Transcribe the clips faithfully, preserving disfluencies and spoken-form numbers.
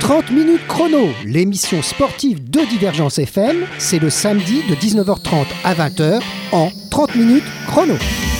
trente minutes chrono, l'émission sportive de Divergence F M, c'est le samedi de dix-neuf heures trente à vingt heures en trente minutes chrono.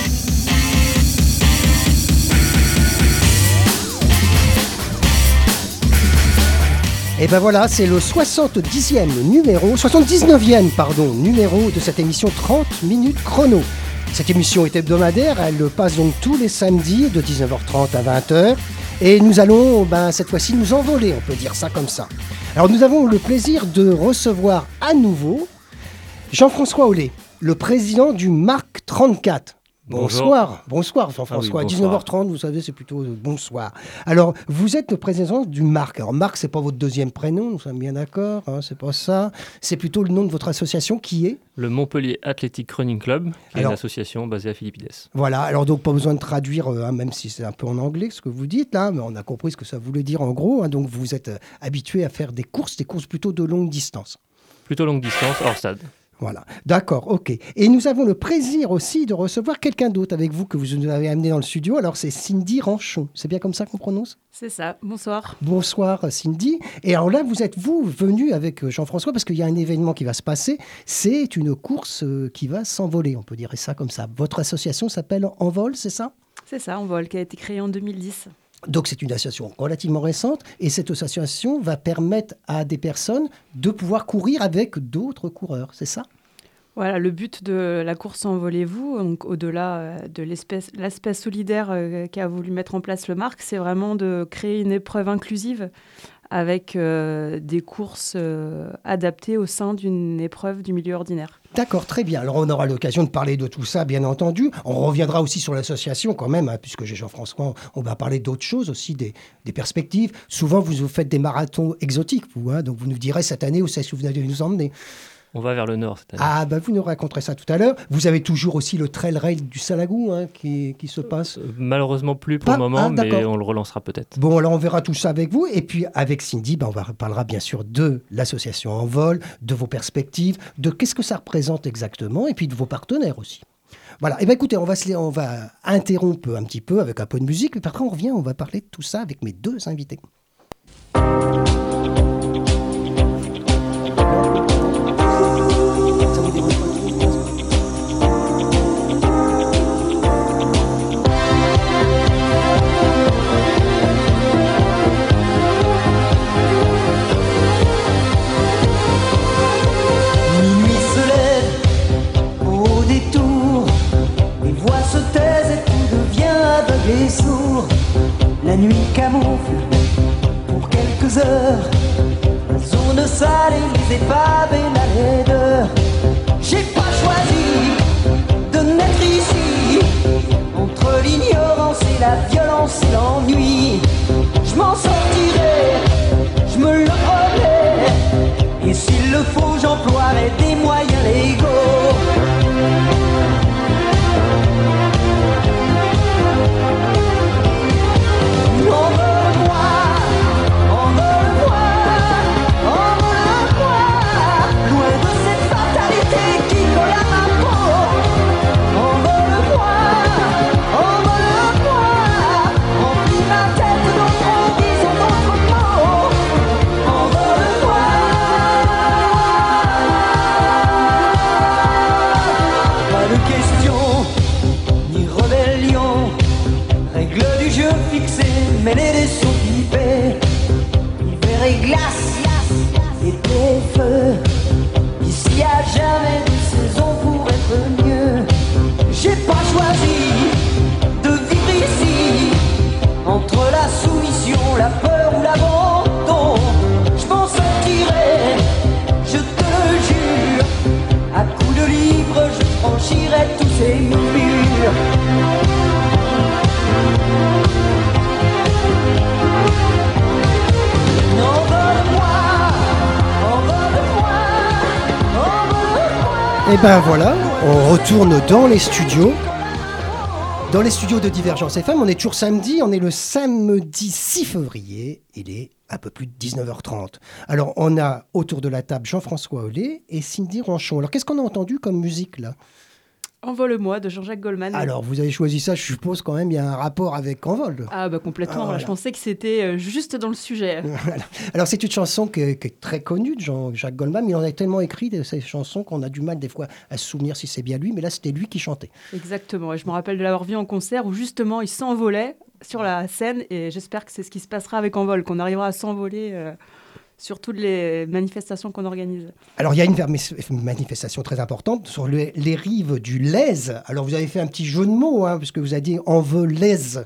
Et ben voilà, c'est le soixante-dixième numéro, soixante-dix-neuvième pardon, numéro de cette émission trente minutes chrono. Cette émission est hebdomadaire, elle passe donc tous les samedis de dix-neuf heures trente à vingt heures. Et nous allons ben, cette fois-ci nous envoler, on peut dire ça comme ça. Alors nous avons le plaisir de recevoir à nouveau Jean-François Ollet, le président du M A R C trente-quatre. Bonsoir, bonsoir Jean-François. Ah oui, dix-neuf heures trente, vous savez, c'est plutôt euh, bonsoir. Alors, vous êtes le président du M A R C. Alors, M A R C, c'est pas votre deuxième prénom, nous sommes bien d'accord, hein, c'est pas ça. C'est plutôt le nom de votre association qui est le Montpellier Athletic Running Club, qui alors, est une association basée à Philippides. Voilà, alors donc pas besoin de traduire, euh, hein, même si c'est un peu en anglais ce que vous dites là, mais on a compris ce que ça voulait dire en gros. Hein, donc, vous êtes euh, habitué à faire des courses, des courses plutôt de longue distance. Plutôt longue distance, hors stade. Voilà, d'accord, ok. Et nous avons le plaisir aussi de recevoir quelqu'un d'autre avec vous que vous nous avez amené dans le studio. Alors, c'est Cindy Ranchon. C'est bien comme ça qu'on prononce ? C'est ça, bonsoir. Bonsoir Cindy. Et alors là, vous êtes, vous, venu avec Jean-François parce qu'il y a un événement qui va se passer. C'est une course qui va s'envoler, on peut dire ça comme ça. Votre association s'appelle Envol, c'est ça ? C'est ça, Envol, qui a été créée en deux mille dix. Donc c'est une association relativement récente et cette association va permettre à des personnes de pouvoir courir avec d'autres coureurs, c'est ça ? Voilà, le but de la course Envolez-vous, donc au-delà de l'aspect solidaire qu'a voulu mettre en place le M A R C, c'est vraiment de créer une épreuve inclusive avec euh, des courses euh, adaptées au sein d'une épreuve du milieu ordinaire. D'accord, très bien. Alors on aura l'occasion de parler de tout ça, bien entendu. On reviendra aussi sur l'association quand même, hein, puisque j'ai Jean-François, on va parler d'autres choses aussi, des, des perspectives. Souvent, vous, vous faites des marathons exotiques, vous, hein, donc vous nous direz cette année où c'est que vous allez nous emmener. On va vers le nord cette année. Ah, ben bah vous nous raconterez ça tout à l'heure. Vous avez toujours aussi le trail rail du Salagou hein, qui, qui se passe. Euh, malheureusement plus pour ah, le moment, ah, mais on le relancera peut-être. Bon, alors on verra tout ça avec vous. Et puis avec Cindy, bah, on va parlera bien sûr de l'association Envol, de vos perspectives, de qu'est-ce que ça représente exactement, et puis de vos partenaires aussi. Voilà. Et bien écoutez, on va, se, on va interrompre un petit peu avec un peu de musique, et puis après on revient, on va parler de tout ça avec mes deux invités. Et sourd, la nuit camoufle pour quelques heures la zone sale et les épaves et la laideur. J'ai pas choisi de naître ici, entre l'ignorance et la violence et l'ennui. Je m'en sortirai, je me le promets, et s'il le faut j'emploierai des moyens légaux. Mêler des sous-pipés, hiver et glace, et des feux. Ici y'a jamais de saison pour être mieux. J'ai pas choisi de vivre ici, entre la soumission, la peur ou l'abandon. Je m'en sortirai, je te le jure. À coups de livres, je franchirai tous ces murs. Et ben voilà, on retourne dans les studios. Dans les studios de Divergence F M, on est toujours samedi, on est le samedi six février, il est un peu plus de dix-neuf heures trente. Alors on a autour de la table Jean-François Ollet et Cindy Ranchon. Alors qu'est-ce qu'on a entendu comme musique là ? Envole-moi de Jean-Jacques Goldman. Alors, vous avez choisi ça, je suppose quand même, il y a un rapport avec Envol. Ah bah complètement, Ah, voilà. Je pensais que c'était juste dans le sujet. Voilà. Alors, c'est une chanson qui est, qui est très connue de Jean-Jacques Goldman, mais il en a tellement écrit de ces chansons qu'on a du mal des fois à se souvenir si c'est bien lui, mais là, c'était lui qui chantait. Exactement, et je me rappelle de l'avoir vu en concert où justement il s'envolait sur la scène, et j'espère que c'est ce qui se passera avec Envol, qu'on arrivera à s'envoler euh, sur toutes les manifestations qu'on organise. Alors, il y a une, une manifestation très importante sur le, les rives du Lèze. Alors, vous avez fait un petit jeu de mots, hein, puisque vous avez dit « Envolaise ».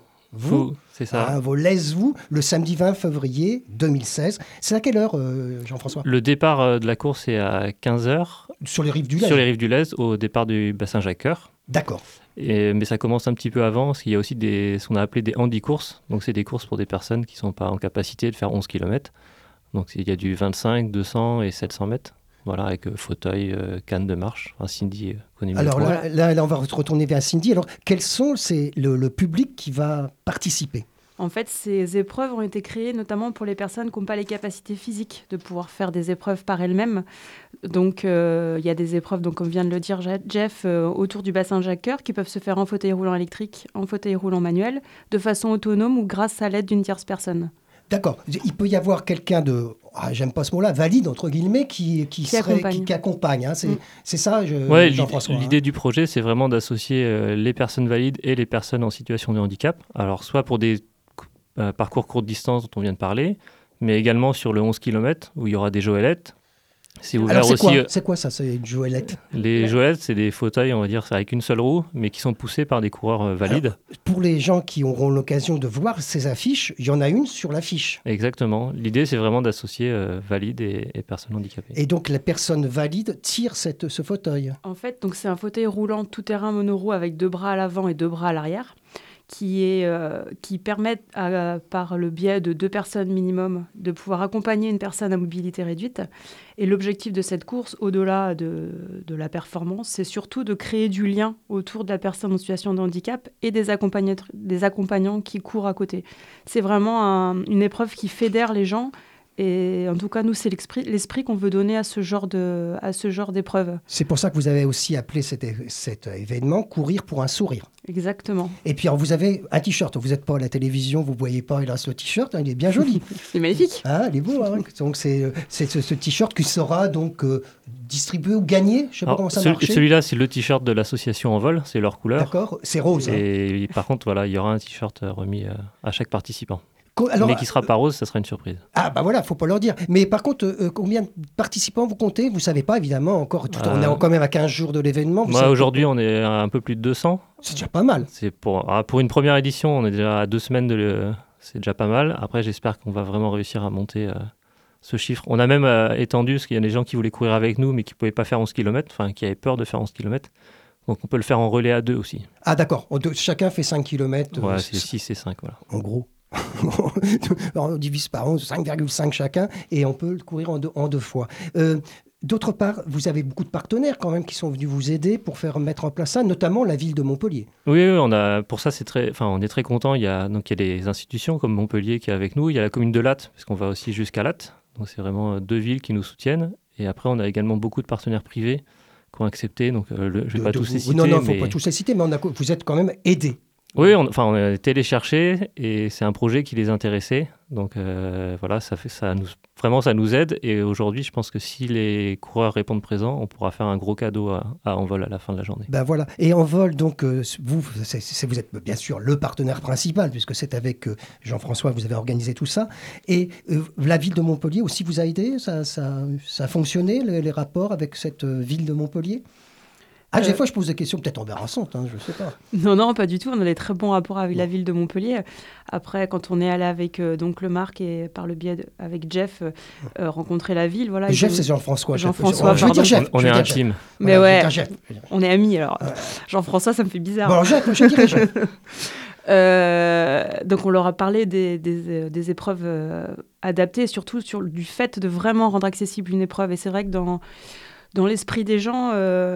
Vous, c'est ça. Hein, vos Lèze-vous, le samedi vingt février deux mille seize. C'est à quelle heure, euh, Jean-François ? Le départ euh, de la course est à quinze heures. Sur les rives du Lèze. Sur les rives du Lèze, au départ du bassin Jacques-Cœur. D'accord. Et, mais ça commence un petit peu avant, parce qu'il y a aussi des, ce qu'on a appelé des handi-courses. Donc, c'est des courses pour des personnes qui ne sont pas en capacité de faire onze kilomètres. Donc, il y a du vingt-cinq, deux cents et sept cents mètres. Voilà, avec euh, fauteuil, euh, canne de marche. Enfin, Cindy euh, connaît mieux. Alors que moi. là, là, là, on va retourner vers Cindy. Alors, quels sont ces, le, le public qui va participer ? En fait, ces épreuves ont été créées notamment pour les personnes qui n'ont pas les capacités physiques de pouvoir faire des épreuves par elles-mêmes. Donc, euh, il y a des épreuves, donc, comme vient de le dire Jeff, euh, autour du bassin Jacques-Cœur, qui peuvent se faire en fauteuil roulant électrique, en fauteuil roulant manuel, de façon autonome ou grâce à l'aide d'une tierce personne. D'accord. Il peut y avoir quelqu'un de, ah, j'aime pas ce mot-là, valide, entre guillemets, qui, qui, Qui serait, accompagne. qui, qui accompagne. Hein. C'est, Mm. c'est ça, je, Ouais, Jean-François. l'idée, l'idée hein. du projet, c'est vraiment d'associer euh, les personnes valides et les personnes en situation de handicap. Alors, soit pour des euh, parcours courte distance dont on vient de parler, mais également sur le onze kilomètres, où il y aura des joëlettes. C'est ouvert Alors, c'est aussi. quoi, euh, c'est quoi ça, c'est une joëlette ? les joëlettes, c'est des fauteuils, on va dire, c'est avec une seule roue, mais qui sont poussés par des coureurs euh, valides. Alors, pour les gens qui auront l'occasion de voir ces affiches, il y en a une sur l'affiche. Exactement. L'idée, c'est vraiment d'associer euh, valides et, et personnes handicapées. Et donc, la personne valide tire cette, ce fauteuil. En fait, donc c'est un fauteuil roulant tout-terrain monoroue avec deux bras à l'avant et deux bras à l'arrière, qui, est, euh, qui permettent, à, par le biais de deux personnes minimum, de pouvoir accompagner une personne à mobilité réduite. Et l'objectif de cette course, au-delà de, de la performance, c'est surtout de créer du lien autour de la personne en situation de handicap et des, des accompagnants qui courent à côté. C'est vraiment un, une épreuve qui fédère les gens. Et en tout cas, nous, c'est l'esprit, l'esprit qu'on veut donner à ce genre de, à ce genre d'épreuve. C'est pour ça que vous avez aussi appelé cet, é- cet événement « Courir pour un sourire ». Exactement. Et puis, alors, vous avez un t-shirt. Vous n'êtes pas à la télévision, vous ne voyez pas, hélas, le t-shirt. Hein, il est bien joli. C'est magnifique. Ah, il est beau. Hein. Donc, c'est, c'est ce, ce t-shirt qui sera donc euh, distribué ou gagné. Je ne sais pas Alors, comment ça celui- marche. celui-là, c'est le t-shirt de l'association Envol, c'est leur couleur. D'accord, c'est rose. hein. Et par contre, voilà, il y aura un t-shirt euh, remis euh, à chaque participant. Co- alors, mais qui sera pas rose, ça sera une surprise. Ah, bah voilà, il ne faut pas leur dire. Mais par contre, euh, combien de participants vous comptez ? Vous ne savez pas, évidemment, encore. Tout, Euh, On est quand même à quinze jours de l'événement. Vous Moi, savez aujourd'hui, pas. on est à un peu plus de deux cents. C'est déjà pas mal. C'est pour, ah, pour une première édition, on est déjà à deux semaines de le- c'est déjà pas mal. Après, j'espère qu'on va vraiment réussir à monter euh, ce chiffre. On a même euh, étendu, parce qu'il y a des gens qui voulaient courir avec nous, mais qui ne pouvaient pas faire onze kilomètres, enfin, qui avaient peur de faire onze kilomètres. Donc, on peut le faire en relais à deux aussi. Ah, d'accord. On doit- Chacun fait cinq kilomètres. Ouais, c'est six et cinq, voilà. En gros. On divise par onze, cinq virgule cinq chacun, et on peut le courir en deux, en deux fois. Euh, D'autre part, vous avez beaucoup de partenaires quand même qui sont venus vous aider pour faire mettre en place ça, notamment la ville de Montpellier. Oui, oui, on a, pour ça, c'est très, enfin, on est très content. Il y a, donc, il y a des institutions comme Montpellier qui est avec nous. Il y a la commune de Latte, parce qu'on va aussi jusqu'à Latte. Donc, c'est vraiment deux villes qui nous soutiennent. Et après, on a également beaucoup de partenaires privés qui ont accepté. Donc, euh, le, je ne vais De- pas de tous vous- les citer. Non, non, il ne faut mais... pas tous les citer, mais on a, vous êtes quand même aidés. Oui, on, enfin, on a été les chercher et c'est un projet qui les intéressait. Donc euh, voilà, ça fait, ça nous, vraiment, ça nous aide. Et aujourd'hui, je pense que si les coureurs répondent présents, on pourra faire un gros cadeau à, à Envol à la fin de la journée. Ben voilà. Et Envol, donc, euh, vous, c'est- c'est- vous êtes bien sûr le partenaire principal, puisque c'est avec euh, Jean-François que vous avez organisé tout ça. Et euh, la ville de Montpellier aussi vous a aidé ? Ça, ça, ça a fonctionné, les, les rapports avec cette euh, ville de Montpellier ? Ah, des Euh, fois, je pose des questions peut-être embarrassantes, hein, je ne sais pas. Non, non, pas du tout. On a des très bons rapports avec la ville de Montpellier. Après, quand on est allé avec euh, donc le Marc et par le biais de, avec Jeff euh, euh, rencontrer la ville, voilà. Jeff, ils ont- c'est Jean-François. Jeff. Jean-François, Je veux dire pardon. Jeff. On, je est veux dire intime. Jeff. Mais Voilà, ouais, je veux dire Jeff. on est amis alors. Jean-François, ça me fait bizarre. Bon, alors Jeff, je dirais Jeff. Euh, donc on leur a parlé des, des, des épreuves euh, adaptées, surtout sur du fait de vraiment rendre accessible une épreuve. Et c'est vrai que dans, dans l'esprit des gens, euh,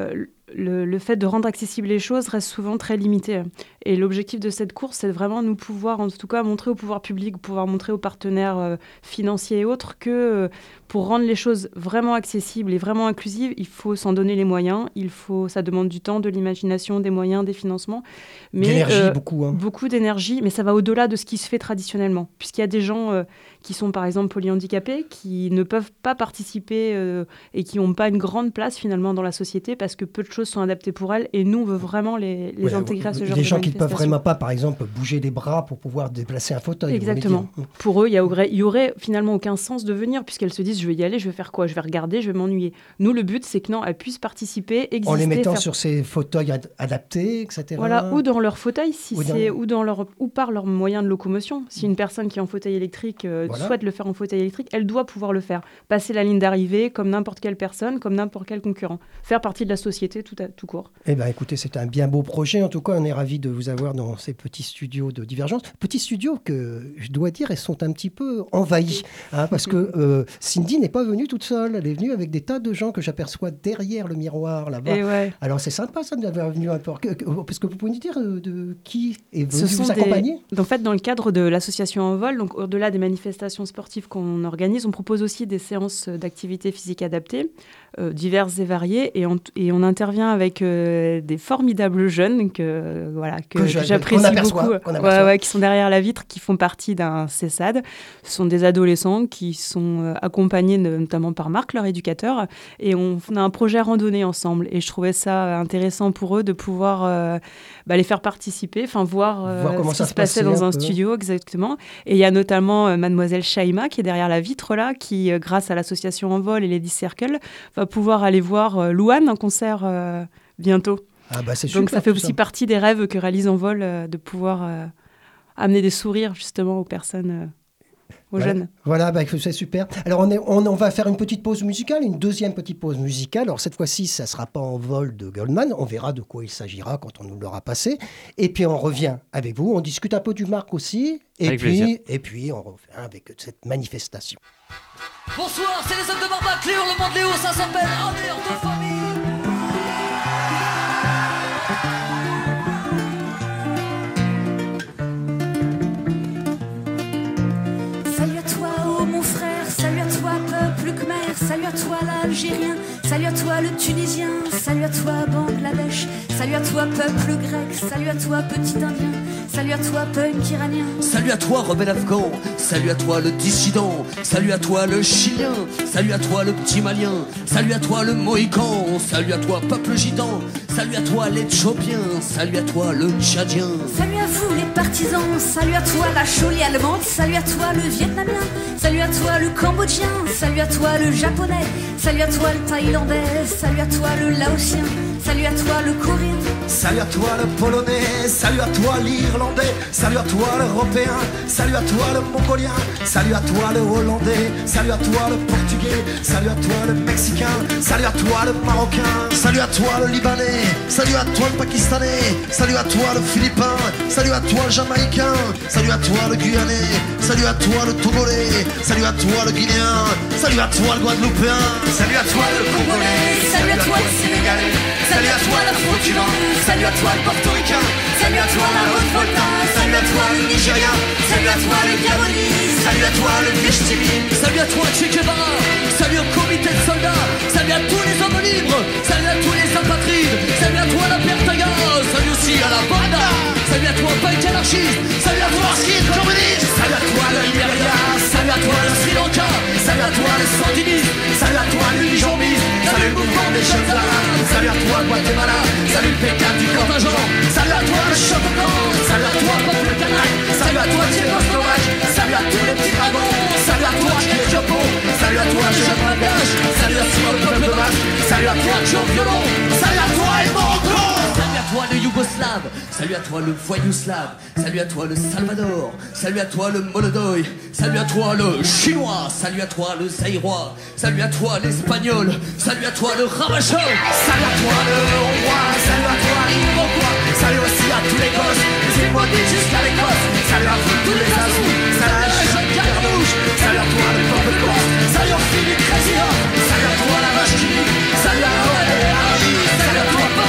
le, le fait de rendre accessibles les choses reste souvent très limité. Et l'objectif de cette course, c'est vraiment nous pouvoir, en tout cas, montrer au pouvoir public, pouvoir montrer aux partenaires euh, financiers et autres que euh, pour rendre les choses vraiment accessibles et vraiment inclusives, il faut s'en donner les moyens. Il faut, ça demande du temps, de l'imagination, des moyens, des financements. Mais, d'énergie, euh, beaucoup. Hein. Beaucoup d'énergie, mais ça va au-delà de ce qui se fait traditionnellement. Puisqu'il y a des gens euh, qui sont, par exemple, polyhandicapés, qui ne peuvent pas participer euh, et qui n'ont pas une grande place, finalement, dans la société, parce que peu de choses sont adaptées pour elles. Et nous, on veut vraiment les, les ouais, intégrer à ce genre de Des gens qui manifestation. ne peuvent vraiment pas, par exemple, bouger les bras pour pouvoir déplacer un fauteuil. Exactement. Pour eux, il y aurait, il y aurait finalement aucun sens de venir, puisqu'elles se disent, je vais y aller, je vais faire quoi ? Je vais regarder, je vais m'ennuyer. Nous, le but, c'est que non, elles puissent participer, exister. En les mettant faire... sur ces fauteuils ad- adaptés, et cetera. Voilà, ou dans leur fauteuil, si ou, c'est, dans... ou, dans leur, ou par leur moyen de locomotion. Si une personne qui est en fauteuil électrique euh, voilà. souhaite le faire en fauteuil électrique, elle doit pouvoir le faire. Passer la ligne d'arrivée comme n'importe quelle personne, comme n'importe quel concurrent. Faire partie de la société tout, à, tout court. Eh bien, écoutez, c'est un bien beau projet. En tout cas, on est ravis de vous avoir dans ces petits studios de Divergence. Petits studios que, je dois dire, ils sont un petit peu envahis. Hein, parce que euh, Cindy n'est pas venue toute seule. Elle est venue avec des tas de gens que j'aperçois derrière le miroir, là-bas. Ouais. Alors, c'est sympa, ça, d'avoir venu un peu. Parce que vous pouvez nous dire de, de qui est venu vous accompagner ? En fait, dans le cadre de l'association Envol, donc au-delà des manifestations sportives qu'on organise, on propose aussi des séances d'activité physique adaptée, euh, diverses et variées, et on, et on intervient avec euh, des formidables jeunes que, voilà, que, que, je, que j'apprécie beaucoup, ouais, ouais, qui sont derrière la vitre, qui font partie d'un C E S A D. Ce sont des adolescents qui sont euh, accompagnés de, notamment par Marc, leur éducateur, et on, on a un projet randonnée ensemble. Et je trouvais ça intéressant pour eux de pouvoir euh, bah, les faire participer, enfin voir, euh, voir comment ce ça qui se passait dans un, un studio, exactement. Et il y a notamment euh, mademoiselle Shaima qui est derrière la vitre là, qui, euh, grâce à l'association Envol et Lady Circle, va pouvoir aller voir euh, Louane en concert euh, bientôt. Ah bah c'est Donc super, ça fait aussi ça. partie des rêves que réalise Envol euh, de pouvoir euh, amener des sourires justement aux personnes, euh, aux voilà. jeunes. Voilà, bah, c'est super. Alors on, est, on, on va faire une petite pause musicale, une deuxième petite pause musicale. Alors cette fois-ci, ça ne sera pas Envol de Goldman. On verra de quoi il s'agira quand on nous l'aura passé. Et puis on revient avec vous. On discute un peu du Marc aussi. Et avec puis, plaisir. et puis on revient avec cette manifestation. Bonsoir, c'est les hommes de Barbac, Léo, le monde Léo, ça s'appelle Un air de famille. Salut à toi, oh mon frère, salut à toi, peuple khmer, salut à toi, l'Algérien, salut à toi, le Tunisien, salut à toi, Bangladesh, salut à toi, peuple grec, salut à toi, petit indien. Salut à toi, punk iranien. Salut à toi, rebelle afghan. Salut à toi, le dissident. Salut à toi, le chilien. Salut à toi, le petit malien. Salut à toi, le mohican. Salut à toi, peuple gitan. Salut à toi, l'éthiopien. Salut à toi, le tchadien. Salut à vous, les partisans. Salut à toi, la cholie allemande. Salut à toi, le vietnamien. Salut à toi, le cambodgien. Salut à toi, le japonais. Salut à toi, le thaïlandais. Salut à toi, le laotien. Salut à toi, le coréen. Salut à toi, le polonais. Salut à toi, l'irlandais. Salut à toi, l'européen. Salut à toi, le mongolien. Salut à toi, le hollandais. Salut à toi, le portugais. Salut à toi, le mexicain. Salut à toi, le marocain. Salut à toi, le libanais. Salut à toi, le pakistanais. Salut à toi, le philippin. Salut à toi, le jamaïcain. Salut à toi, le guyanais. Salut à toi, le togolais. Salut à toi, le guinéen. Salut à toi, le guadeloupéen. Salut à toi, le congolais. Salut à toi, le sénégalais. Salut à toi, l'afro-cubain. Salut à toi, le portoricain. Salut à toi, la Haute-Volta. Salut à toi, le Nigérien. Salut à toi, le Gabonese. Salut à toi, le Nishtimi. Salut à toi, Che Guevara. Salut au comité de soldats. Salut à tous les hommes libres. Salut à tous les apatrides. Salut à toi, la Pertaga. Salut aussi à la banda. Salut à toi, punk anarchiste. Salut à toi, skid communiste. Salut à toi, le Liberia. Salut à toi, le Sri Lanka. Salut à toi, les sandinistes. Salut à toi, l'Unijombiste. Salut le mouvement des jeunes arabes. Salut à toi, Guatemala. Salut le Pékin du contingent. Salut à toi, le Shotokan. Salut à toi, peuple kanak. Salut à toi, Tchécoslovaque. Salut à tous les petits dragons. Salut à toi, Kyopo. Salut à toi, jeune Malgache. Salut à toi, le peuple basque. Salut à toi, Joe Violon. Salut à toi, et Morocco. Salut à toi, le Yougoslave. Salut à toi, le voyou slave. Salut à toi, le Salvador. Salut à toi, le Molodoy. Salut à toi, le Chinois. Salut à toi, le Zaïrois. Salut à toi, l'Espagnol. Salut à toi, le Ravachol. Salut à toi, le Hongrois. Salut à toi, l'Iroquois. Salut aussi à tous les gosses. Les Immobiles jusqu'à l'Écosse. Salut à vous, tous les azous. Salut à la jeune Calamouche. Salut à toi, le peuple corse. Salut au Philippe Crazy. Salut à toi, la vache qui. Salut à Noël et à la vie. Salut à toi,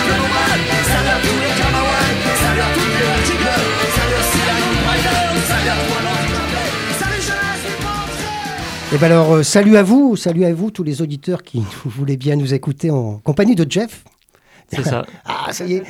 Et ben alors, euh, salut à vous, salut à vous, tous les auditeurs qui voulaient bien nous écouter en compagnie de Jeff. C'est ça. Ah, ça y est.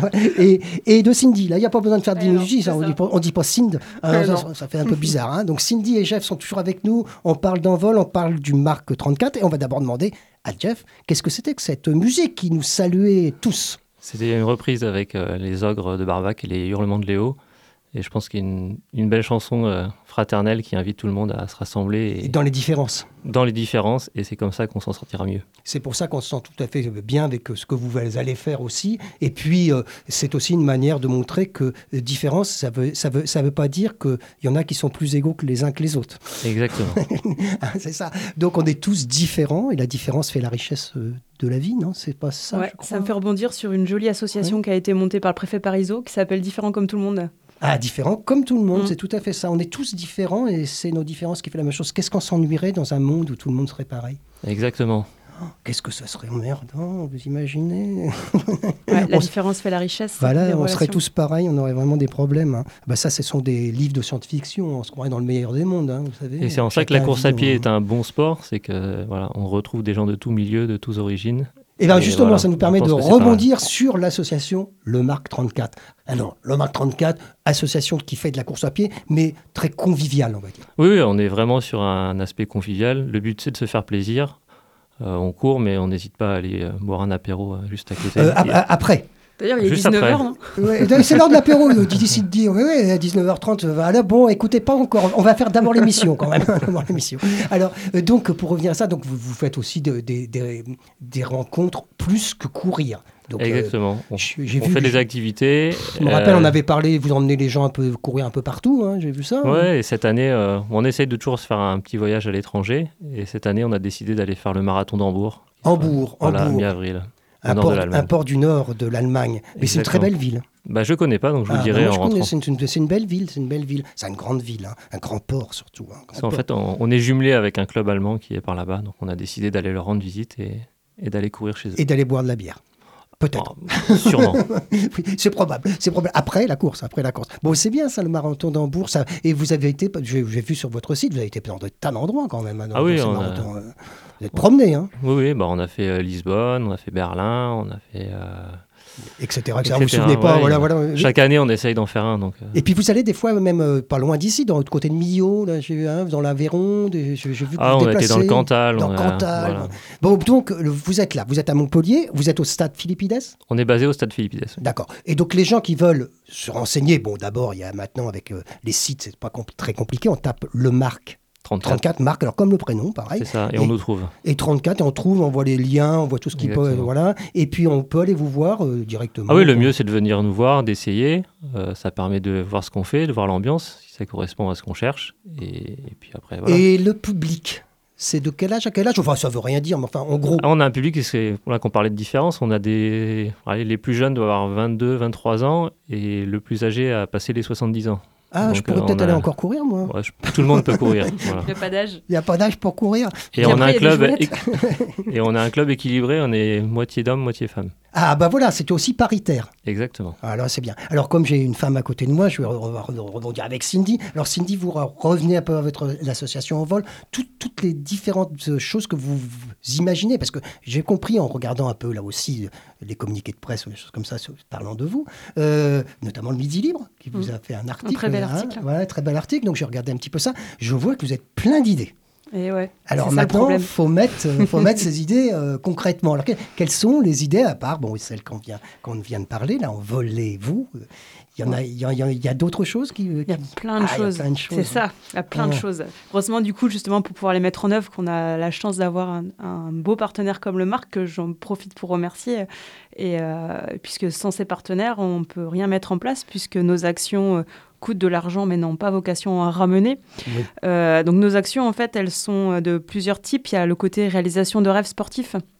et, et de Cindy. Là, il n'y a pas besoin de faire d'émojis. On dit pas, on dit pas Cindy. Ah, ça, ça, ça fait un peu bizarre. Hein. Donc, Cindy et Jeff sont toujours avec nous. On parle d'Envol, on parle du Mark trente-quatre. Et on va d'abord demander à Jeff, qu'est-ce que c'était que cette musique qui nous saluait tous? C'était une reprise avec euh, les ogres de Barbac et les hurlements de Léo. Et je pense qu'il y a une, une belle chanson euh, fraternelle qui invite tout le monde à se rassembler. Et et dans les différences. Dans les différences, et c'est comme ça qu'on s'en sortira mieux. C'est pour ça qu'on se sent tout à fait bien avec ce que vous allez faire aussi. Et puis, euh, c'est aussi une manière de montrer que euh, différence, ça ne veut, ça veut, ça veut pas dire qu'il y en a qui sont plus égaux que les uns que les autres. Exactement. C'est ça. Donc, on est tous différents et la différence fait la richesse euh, de la vie, non? C'est pas ça, Ouais, je crois. ça me fait rebondir sur une jolie association Ouais. qui a été montée par le préfet Parisot qui s'appelle Différents comme tout le monde. Ah, différents comme tout le monde, Mm. c'est tout à fait ça. On est tous différents et c'est nos différences qui font la même chose. Qu'est-ce qu'on s'ennuierait dans un monde où tout le monde serait pareil? Exactement. Oh, qu'est-ce que ça serait emmerdant, vous imaginez? Ouais, la On s- différence fait la richesse. Voilà, des on serait relations. tous pareils, on aurait vraiment des problèmes. Hein. Bah ça, ce sont des livres de science-fiction, on se croirait dans le meilleur des mondes, hein, vous savez. Et c'est en ça que la Chacun course à vit pied dans- est un bon sport, c'est que voilà, on retrouve des gens de tous milieux, de tous origines. Et bien Et justement, voilà, ça nous je permet pense de que c'est rebondir sur l'association Le Mark trente-quatre. Alors, Le Mark trente-quatre, association qui fait de la course à pied, mais très conviviale, on va dire. Oui, oui, on est vraiment sur un aspect convivial. Le but, c'est de se faire plaisir. Euh, on court, mais on n'hésite pas à aller euh, boire un apéro euh, juste à côté. Euh, a- Et- a- après. D'ailleurs, il est Juste dix-neuf heures, après. non Ouais, c'est l'heure de l'apéro, il dit ici de dire. Oui, oui, à dix-neuf heures trente. Voilà, bon, écoutez pas encore. On va faire d'abord l'émission quand même. D'abord l'émission. Alors, euh, donc, pour revenir à ça, donc, vous, vous faites aussi de- des- des- des rencontres plus que courir. Donc, euh, Exactement. On, j'ai j'ai on vu. fait des activités. Je me rappelle, euh, on avait parlé, vous emmenez les gens un peu courir un peu partout. Hein, j'ai vu ça. Ouais, et cette année, euh, on essaye de toujours se faire un petit voyage à l'étranger. Et cette année, on a décidé d'aller faire le marathon d'Hambourg. qui sera, Hambourg, Voilà, Hambourg. mi-avril. Au Un nord port, de un l'Allemagne. port du nord de l'Allemagne. Mais c'est une très Exactement. belle ville. Bah, je connais pas, donc je vous Ah, le dirai bah, moi, en je connais, rentrant. c'est une, c'est une belle ville, c'est une belle ville. C'est une grande ville, hein, un grand port surtout. Un grand Parce qu'en port. fait, on, on est jumelé avec un club allemand qui est par là-bas. Donc, on a décidé d'aller leur rendre visite et, et d'aller courir chez eux. Et d'aller boire de la bière. Peut-être. Oh, sûrement. Oui, c'est probable, c'est probable. Après la course, après la course. Bon, c'est bien ça, le marathon d'Hambourg. Ça... Et vous avez été, j'ai j'ai vu sur votre site, vous avez été dans de tas d'endroits quand même. hein, dans- Ah oui, dans ces on a- marathons, euh. Vous êtes promené, hein, Oui, oui, bah, on a fait euh, Lisbonne, on a fait Berlin, on a fait... euh, et cetera et cetera. et Vous vous cetera, souvenez pas, ouais, voilà, et voilà. Chaque année, on essaye d'en faire un. Donc, euh, Et puis vous allez des fois même euh, pas loin d'ici, dans l'autre côté de Millau, là, j'ai vu, hein, dans l'Aveyron, des- j'ai j'ai vu que Ah, vous on a été dans le déplacez. Cantal. Dans on le a- Cantal. voilà. Bon, donc le- vous êtes là, vous êtes à Montpellier, vous êtes au stade Philippides. On est basé au stade Philippides. D'accord. Et donc les gens qui veulent se renseigner, bon d'abord il y a maintenant avec euh, les sites, c'est pas compl- très compliqué, on tape le Mark trente-quatre. trente-quatre, Mark, alors comme le prénom, pareil. C'est ça, et, Et- on nous trouve. Et trente-quatre, et on trouve, on voit les liens, on voit tout ce qui peut, Exactement. voilà. Et puis on peut aller vous voir euh, directement. Ah oui, le mieux, c'est de venir nous voir, d'essayer. Euh, ça permet de voir ce qu'on fait, de voir l'ambiance, si ça correspond à ce qu'on cherche. Et, et puis après, voilà. Et le public, c'est de quel âge à quel âge? Enfin, ça veut rien dire, mais enfin, en gros. Ah, on a un public, et c'est là qu'on parlait de différence. On a des. Allez, les plus jeunes doivent avoir vingt-deux, vingt-trois ans, et le plus âgé a passé les soixante-dix ans. Ah, Donc, je pourrais euh, peut-être on a- aller encore courir, moi. Ouais, je- Tout le monde peut courir. Voilà. Il n'y a pas d'âge. Il n'y a pas d'âge pour courir. Et, Et on après, a un il y a des club jouettes. équ- et on a un club équilibré, on est moitié d'hommes, moitié femmes. Ah, bah voilà, c'était aussi paritaire. Exactement. Alors c'est bien. Alors comme j'ai une femme à côté de moi, je vais re- re- re- rebondir avec Cindy. Alors Cindy, vous re- revenez un peu à votre l'association Envol, Tout- toutes les différentes euh, choses que vous, vous imaginez, parce que j'ai compris en regardant un peu là aussi euh, les communiqués de presse ou des choses comme ça sur- parlant de vous, euh, notamment le Midi Libre qui vous Mmh. a fait un article. très bel hein, article. voilà, très bel article. Donc j'ai regardé un petit peu ça. Je vois que vous êtes plein d'idées. Et ouais. Alors c'est ça le maintenant, il problème. faut mettre, euh, faut mettre ces idées euh, concrètement. Alors, que- quelles sont les idées, à part bon, celles qu'on vient, qu'on vient de parler, là, envolez-vous. Il y en a, il y a, il y a- il y a d'autres choses qui... Il y a plein de Ah, il y a choses. plein de choses, C'est ça, il y a plein de Ouais. choses. Heureusement, du coup, justement, pour pouvoir les mettre en œuvre, qu'on a la chance d'avoir un, un beau partenaire comme le Marc, que j'en profite pour remercier. Et euh, puisque sans ces partenaires, on ne peut rien mettre en place, puisque nos actions euh, coûtent de l'argent, mais n'ont pas vocation à ramener. Oui. Euh, donc nos actions, en fait, elles sont de plusieurs types. Il y a le côté réalisation de rêves sportifs.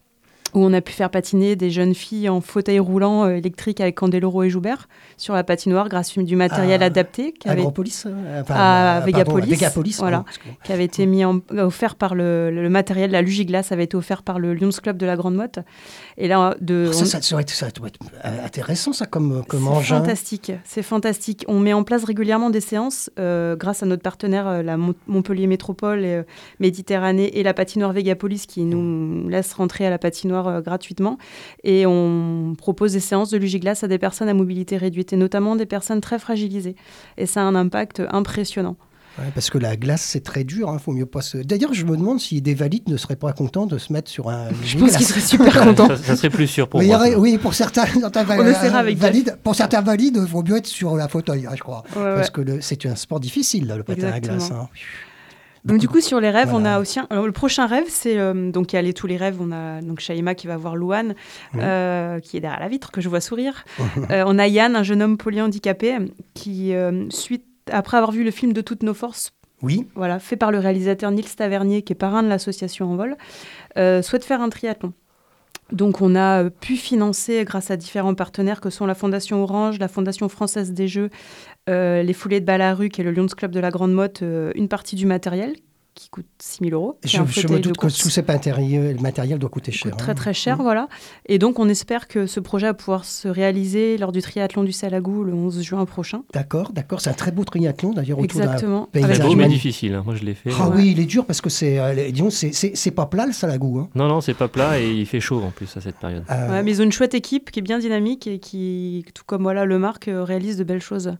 où on a pu faire patiner des jeunes filles en fauteuil roulant euh, électrique avec Candeloro et Joubert sur la patinoire grâce à du matériel à, adapté qui à avait, Agropolis, euh, enfin, à euh, Vegapolis, pardon, à Vegapolis voilà, pardon, qui avait été mis en, offert par le, le matériel, la Lugiglas avait été offert par le Lions Club de la Grande Motte. Et là, de, oh, ça, on... ça, ça, doit être, ça doit être intéressant ça comme, comme c'est engin. fantastique, c'est fantastique. On met en place régulièrement des séances euh, grâce à notre partenaire, euh, la Mont- Montpellier Métropole, et, euh, Méditerranée et la patinoire Vegapolis qui nous laisse rentrer à la patinoire euh, gratuitement. Et on propose des séances de Lugiglas à des personnes à mobilité réduite et notamment des personnes très fragilisées. Et ça a un impact impressionnant. Ouais, parce que la glace, c'est très dur. Hein, faut mieux pas se... D'ailleurs, je me demande si des valides ne seraient pas contents de se mettre sur un. Je pense qu'ils seraient super contents. ça, ça serait plus sûr pour oui, moi. aurait, oui, pour certains, certains On essaiera avec valides, pour certains valides, il vaut mieux être sur la fauteuil, hein, je crois, ouais, parce ouais. que le, c'est un sport difficile, là, le patin à glace. Hein. Donc du coup sur les rêves, voilà. on a aussi un... Alors, le prochain rêve, c'est euh, donc il y a les tous les rêves. On a donc Shaima qui va voir Louane, Oui. euh, qui est derrière la vitre que je vois sourire. euh, on a Yann, un jeune homme polyhandicapé, qui euh, suite après avoir vu le film De toutes nos forces, Oui. voilà, fait par le réalisateur Nils Tavernier, qui est parrain de l'association Envol, euh, souhaite faire un triathlon. Donc on a pu financer grâce à différents partenaires que sont la Fondation Orange, la Fondation Française des Jeux, euh, les Foulées de Ballaruc et le Lions Club de la Grande Motte, euh, une partie du matériel qui coûte six mille euros. Je, je me doute que tout ce matériel, le matériel doit coûter cher. Coûte très hein. très cher, mmh. voilà. Et donc on espère que ce projet va pouvoir se réaliser lors du triathlon du Salagou le onze juin prochain. D'accord, d'accord. C'est un très beau triathlon d'ailleurs autour Exactement. d'un C'est paysage. beau mais magnifique. difficile. Hein. Moi je l'ai fait. Ah euh. oui, il est dur parce que c'est, euh, disons, c'est, c'est, c'est pas plat le Salagou. Hein. Non, non, c'est pas plat et il fait chaud en plus à cette période. Euh, Ouais, mais ils ont une chouette équipe qui est bien dynamique et qui, tout comme voilà, le Marc, euh, réalise de belles choses.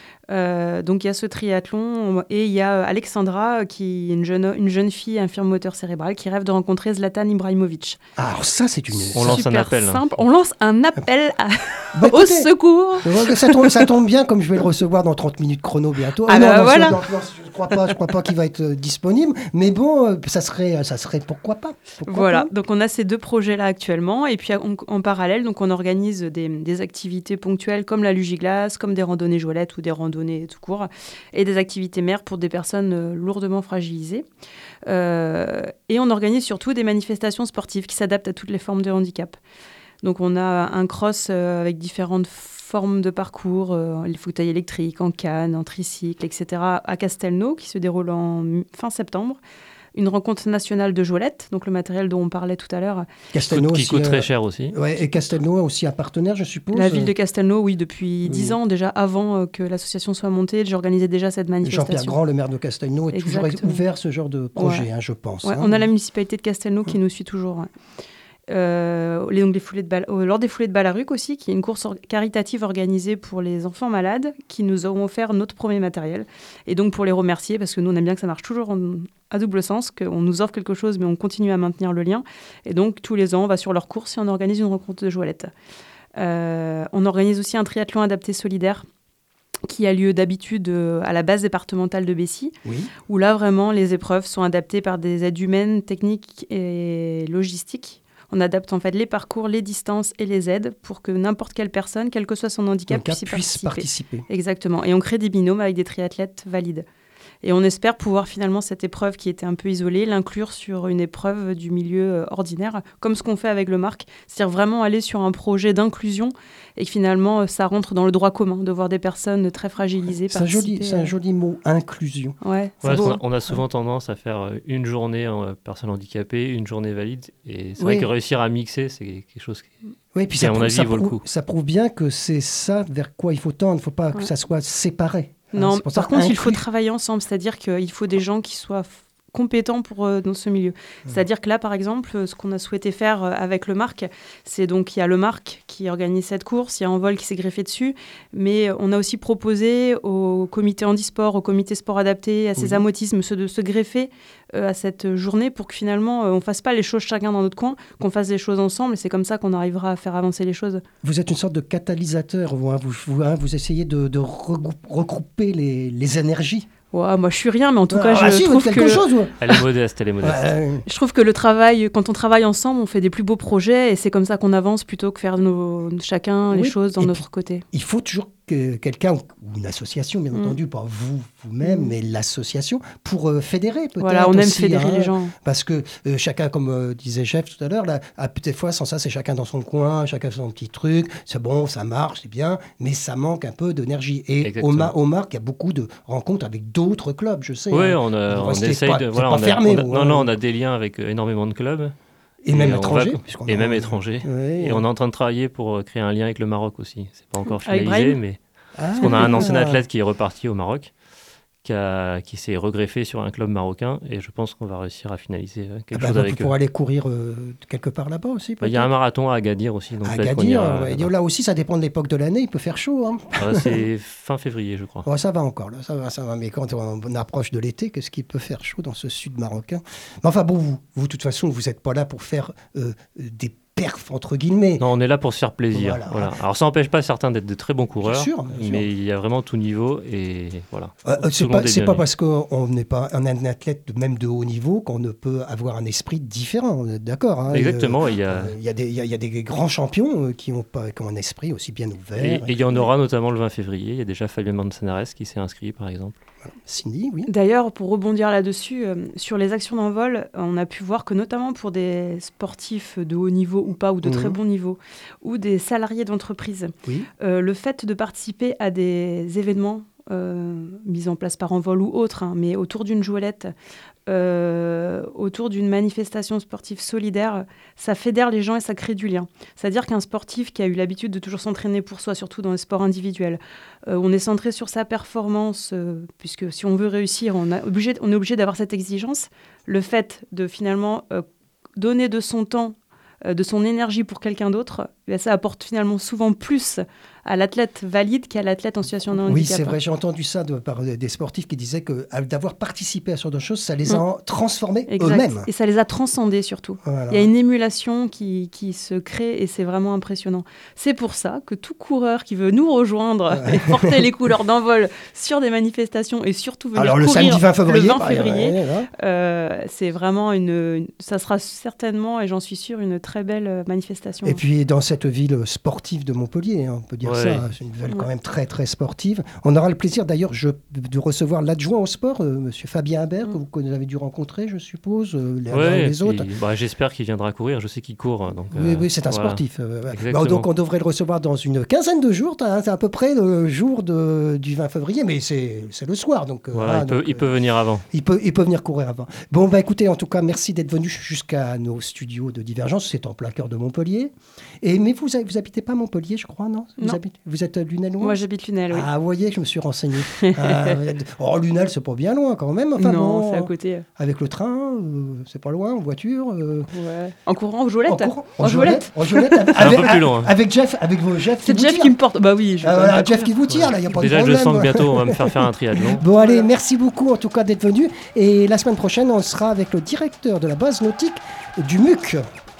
Euh, donc il y a ce triathlon et il y a Alexandra qui est une jeune, une jeune fille infirme moteur cérébral qui rêve de rencontrer Zlatan Ibrahimovic. Ah, alors ça c'est une. On lance Super un appel. simple. On lance un appel à... Bah, au écoutez, secours. Ça tombe, ça tombe bien comme je vais le recevoir dans trente minutes chrono bientôt. Ah non, bah non, voilà. non, non, je crois pas, je crois pas qu'il va être euh, disponible. Mais bon, euh, ça serait, ça serait pourquoi pas. Pourquoi Voilà, pas. donc on a ces deux projets-là actuellement. Et puis on- en parallèle, donc on organise des, des activités ponctuelles comme la Lugiglas, comme des randonnées Joëlette ou des randonnées tout court, et des activités mères pour des personnes euh, lourdement fragilisées. Euh, et on organise surtout des manifestations sportives qui s'adaptent à toutes les formes de handicap. Donc on a un cross euh, avec différentes formes de parcours, euh, les fauteuils électriques, en canne, en tricycle, et cetera à Castelnau qui se déroule en mi- fin septembre. Une rencontre nationale de Joëlette, donc le matériel dont on parlait tout à l'heure. Castelnau Qui aussi, coûte euh, très cher aussi. Ouais, et Castelnau a aussi un partenaire, je suppose. La ville de Castelnau, oui, depuis dix Oui. ans, déjà avant euh, que l'association soit montée, j'organisais déjà cette manifestation. Jean-Pierre Grand, le maire de Castelnau, est toujours Exactement. ouvert ce genre de projet, Ouais. hein, je pense. Ouais, hein. on a la municipalité de Castelnau qui nous suit toujours. ouais. Euh, les, donc les foulées de Bal- euh, lors des foulées de Ballaruc aussi, qui est une course or- caritative organisée pour les enfants malades, qui nous ont offert notre premier matériel. Et donc pour les remercier, parce que nous on aime bien que ça marche toujours en- à double sens, qu'on nous offre quelque chose, mais on continue à maintenir le lien. Et donc tous les ans, on va sur leur course et on organise une rencontre de Joëlette. Euh, on organise aussi un triathlon adapté solidaire qui a lieu d'habitude euh, à la base départementale de Bessy, Oui. où là vraiment les épreuves sont adaptées par des aides humaines, techniques et logistiques. On adapte en fait les parcours, les distances et les aides pour que n'importe quelle personne, quel que soit son handicap, Donc, puisse y puisse participer. participer. Exactement. Et on crée des binômes avec des triathlètes valides. Et on espère pouvoir finalement cette épreuve qui était un peu isolée, l'inclure sur une épreuve du milieu euh, ordinaire, comme ce qu'on fait avec le Marc. C'est-à-dire vraiment aller sur un projet d'inclusion et que finalement euh, ça rentre dans le droit commun, de voir des personnes très fragilisées C'est un, joli, participer. c'est un joli mot, inclusion. Ouais, c'est Ouais, beau, on, a, hein. on a souvent tendance à faire euh, une journée en euh, personne handicapée, une journée valide. Et c'est Oui. vrai que réussir à mixer, c'est quelque chose qui... Oui, puis Qui, ça, à mon prouve, avis, ça, vaut le prouve, coup. ça prouve bien que c'est ça vers quoi il faut tendre. Il ne faut pas que Ouais. ça soit séparé. Hein, Non, c'est pour ça par contre, il faut inclus. travailler ensemble, c'est-à-dire qu'il faut des gens qui soient f- compétents pour, euh, dans ce milieu. C'est-à-dire que là, par exemple, euh, ce qu'on a souhaité faire euh, avec le Marc, c'est donc il y a le Marc qui organise cette course, il y a Envol qui s'est greffé dessus, mais on a aussi proposé au comité handisport, au comité sport adapté, à ces Oui. amotismes, ceux de se greffer euh, à cette journée pour que finalement, euh, on ne fasse pas les choses chacun dans notre coin, qu'on fasse des choses ensemble, et c'est comme ça qu'on arrivera à faire avancer les choses. Vous êtes une sorte de catalysateur. Vous, hein, vous, vous, hein, vous essayez de, de regroup- regrouper les, les énergies. Ouais, moi, je suis rien, mais en tout cas, Ah, je si, vous trouve êtes que... quelque chose. ouais. Elle est modeste, elle est modeste. Ouais, Je trouve que le travail, quand on travaille ensemble, on fait des plus beaux projets et c'est comme ça qu'on avance plutôt que faire nos, chacun les Oui, choses dans et notre côté. il faut toujours que quelqu'un ou une association, bien mmh. entendu, pas vous, vous-même, mmh. mais l'association, pour euh, fédérer peut-être. Voilà, on aime aussi, fédérer hein, les gens. Parce que euh, chacun, comme euh, disait Jeff tout à l'heure, là, à peut-être fois, sans ça, c'est chacun dans son coin, chacun son petit truc, c'est bon, ça marche, c'est bien, mais ça manque un peu d'énergie. Et au, Ma- au Marc, il y a beaucoup de rencontres avec d'autres clubs, je sais. Oui, hein. on, a, on essaye pas, de... Voilà, pas on a, fermé, on a, vous, non, hein. non, on a des liens avec euh, énormément de clubs. Et, et même étrangers. Va, et même étrangers. Oui, et on est en train de travailler pour créer un lien avec le Maroc aussi. C'est pas encore avec finalisé, Brahim. mais... Ah, Parce qu'on a un ancien athlète qui est reparti au Maroc, qui, a, qui s'est regreffé sur un club marocain, et je pense qu'on va réussir à finaliser quelque ah bah, chose avec eux. Pour aller courir euh, quelque part là-bas aussi. Il y a un marathon à Agadir aussi. Donc à Agadir, ouais. Là aussi, ça dépend de l'époque de l'année, il peut faire chaud. Hein. Ah, c'est fin février, je crois. Ouais, ça va encore, là, ça va, ça va. Mais quand on approche de l'été, qu'est-ce qu'il peut faire chaud dans ce sud marocain? Mais enfin bon, vous, vous, de toute façon, vous n'êtes pas là pour faire euh, des perf entre guillemets. Non, on est là pour se faire plaisir. Voilà. Voilà. Alors ça n'empêche pas certains d'être de très bons coureurs, bien sûr, bien sûr. Mais il y a vraiment tout niveau et voilà. Euh, c'est pas, c'est pas parce qu'on n'est pas un, un athlète de, même de haut niveau qu'on ne peut avoir un esprit différent, d'accord hein. Exactement. Euh, il y a, il y a des, il y a, il y a des grands champions qui ont pas, qui ont un esprit aussi bien ouvert. Et, et il y en aura notamment le vingt février. Il y a déjà Fabien Manzanares qui s'est inscrit, par exemple. Cindy, oui. D'ailleurs, pour rebondir là-dessus, euh, sur les actions d'envol, on a pu voir que notamment pour des sportifs de haut niveau ou pas, ou de mmh. très bon niveau, ou des salariés d'entreprise, oui. euh, le fait de participer à des événements euh, mis en place par Envol ou autres, hein, mais autour d'une jouelette, euh, autour d'une manifestation sportive solidaire, ça fédère les gens et ça crée du lien. C'est-à-dire qu'un sportif qui a eu l'habitude de toujours s'entraîner pour soi, surtout dans les sports individuels, euh, on est centré sur sa performance, euh, puisque si on veut réussir, on, a obligé, on est obligé d'avoir cette exigence. Le fait de finalement euh, donner de son temps, euh, de son énergie pour quelqu'un d'autre, ben, ça apporte finalement souvent plus à l'athlète valide qu'à l'athlète en situation de handicap. Oui, c'est vrai, j'ai entendu ça de, par des sportifs qui disaient que d'avoir participé à ce genre de choses, ça les a mmh. transformés exact. eux-mêmes. Et ça les a transcendés surtout. Voilà. Il y a une émulation qui, qui se crée et c'est vraiment impressionnant. C'est pour ça que tout coureur qui veut nous rejoindre ouais. et porter les couleurs d'Envol sur des manifestations et surtout venir Alors, courir le samedi vingt février, le vingt février ouais, ouais. Euh, c'est vraiment une, une... Ça sera certainement, et j'en suis sûre, une très belle manifestation. Et puis, dans cette ville sportive de Montpellier, hein, on peut dire ouais. ça, c'est une ville quand même très très sportive. On aura le plaisir d'ailleurs je, de recevoir l'adjoint au sport, euh, monsieur Fabien Imbert, mmh. que vous avez dû rencontrer, je suppose, euh, les, ouais, les autres. Bah, j'espère qu'il viendra courir, je sais qu'il court. Donc, oui, euh, oui, c'est un voilà. sportif. Euh, bon, donc on devrait le recevoir dans une quinzaine de jours, hein, c'est à peu près le jour de, du vingt février, mais c'est, c'est le soir. Donc, voilà, euh, il, peut, donc, il peut venir avant. Il peut, il peut venir courir avant. Bon, bah écoutez, en tout cas, merci d'être venu jusqu'à nos studios de Divergence, c'est en plein cœur de Montpellier. Et, mais vous, vous habitez pas Montpellier, je crois, non, non. Vous, habitez, vous êtes Lunel? Moi, j'habite Lunel, oui. Ah, vous voyez, je me suis renseigné. ah, oh, Lunel, c'est pas bien loin quand même. Enfin, non, bon, c'est à côté. Avec le train, euh, c'est pas loin, en voiture. Euh... Ouais. En courant, en jouelette. En, courant, en, en jouelette. En jouelette. Avec, un peu plus loin. Avec Jeff, avec vos Jeff. C'est Jeff qui me porte. Bah oui. Je ah, voilà, Jeff qui vous tire, là, il n'y a pas Déjà, de problème. Déjà, je sens que bientôt, on va me faire faire un triathlon. Bon, allez, merci beaucoup en tout cas d'être venu. Et la semaine prochaine, on sera avec le directeur de la base nautique du M U C.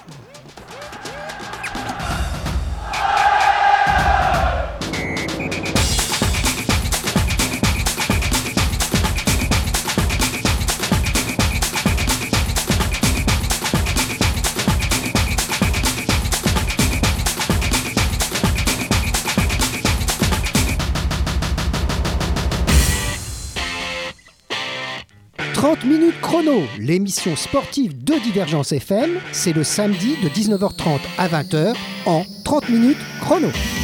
trente minutes chrono, l'émission sportive de Divergence F M, c'est le samedi de dix-neuf heures trente à vingt heures en trente minutes chrono.